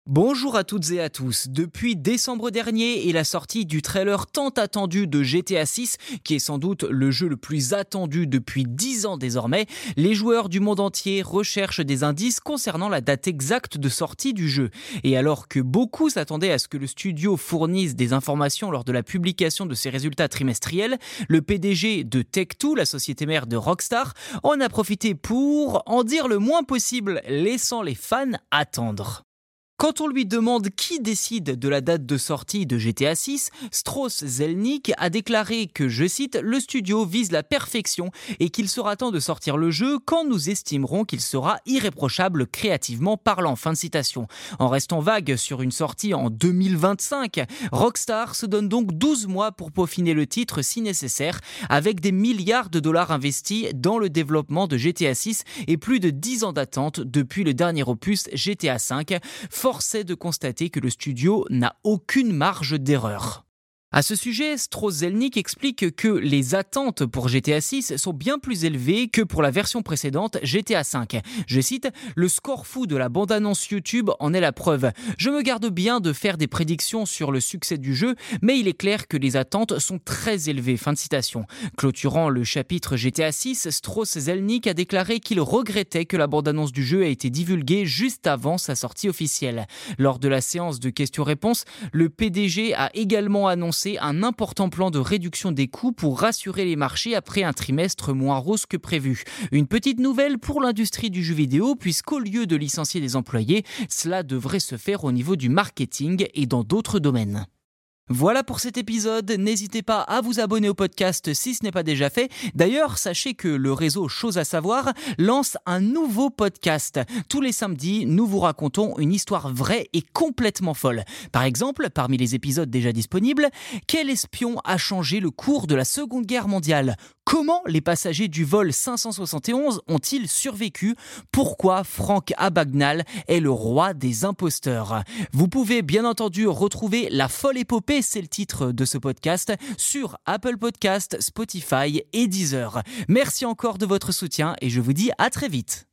Bonjour à toutes et à tous. Depuis décembre dernier et la sortie du trailer tant attendu de GTA 6, qui est sans doute le jeu le plus attendu depuis 10 ans désormais, les joueurs du monde entier recherchent des indices concernant la date exacte de sortie du jeu. Et alors que beaucoup s'attendaient à ce que le studio fournisse des informations lors de la publication de ses résultats trimestriels, le PDG de Take-Two, la société mère de Rockstar, en a profité pour en dire le moins possible, laissant les fans attendre. Quand on lui demande qui décide de la date de sortie de GTA 6, Strauss Zelnick a déclaré que, je cite, « le studio vise la perfection et qu'il sera temps de sortir le jeu quand nous estimerons qu'il sera irréprochable créativement parlant ». Fin de citation. En restant vague sur une sortie en 2025, Rockstar se donne donc 12 mois pour peaufiner le titre si nécessaire, avec des milliards de dollars investis dans le développement de GTA 6 et plus de 10 ans d'attente depuis le dernier opus GTA 5. Force est de constater que le studio n'a aucune marge d'erreur. À ce sujet, Strauss Zelnick explique que les attentes pour GTA 6 sont bien plus élevées que pour la version précédente GTA 5. Je cite, « Le score fou de la bande-annonce YouTube en est la preuve. Je me garde bien de faire des prédictions sur le succès du jeu, mais il est clair que les attentes sont très élevées. » Fin de citation. Clôturant le chapitre GTA 6, Strauss Zelnick a déclaré qu'il regrettait que la bande-annonce du jeu ait été divulguée juste avant sa sortie officielle. Lors de la séance de questions-réponses, le PDG a également annoncé un important plan de réduction des coûts pour rassurer les marchés après un trimestre moins rose que prévu. Une petite nouvelle pour l'industrie du jeu vidéo, puisqu'au lieu de licencier des employés, cela devrait se faire au niveau du marketing et dans d'autres domaines. Voilà pour cet épisode, n'hésitez pas à vous abonner au podcast si ce n'est pas déjà fait. D'ailleurs, sachez que le réseau Chose à savoir lance un nouveau podcast. Tous les samedis, nous vous racontons une histoire vraie et complètement folle. Par exemple, parmi les épisodes déjà disponibles, quel espion a changé le cours de la Seconde Guerre mondiale ? Comment les passagers du vol 571 ont-ils survécu ? Pourquoi Frank Abagnale est le roi des imposteurs ? Vous pouvez bien entendu retrouver La folle épopée, c'est le titre de ce podcast, sur Apple Podcasts, Spotify et Deezer. Merci encore de votre soutien et je vous dis à très vite.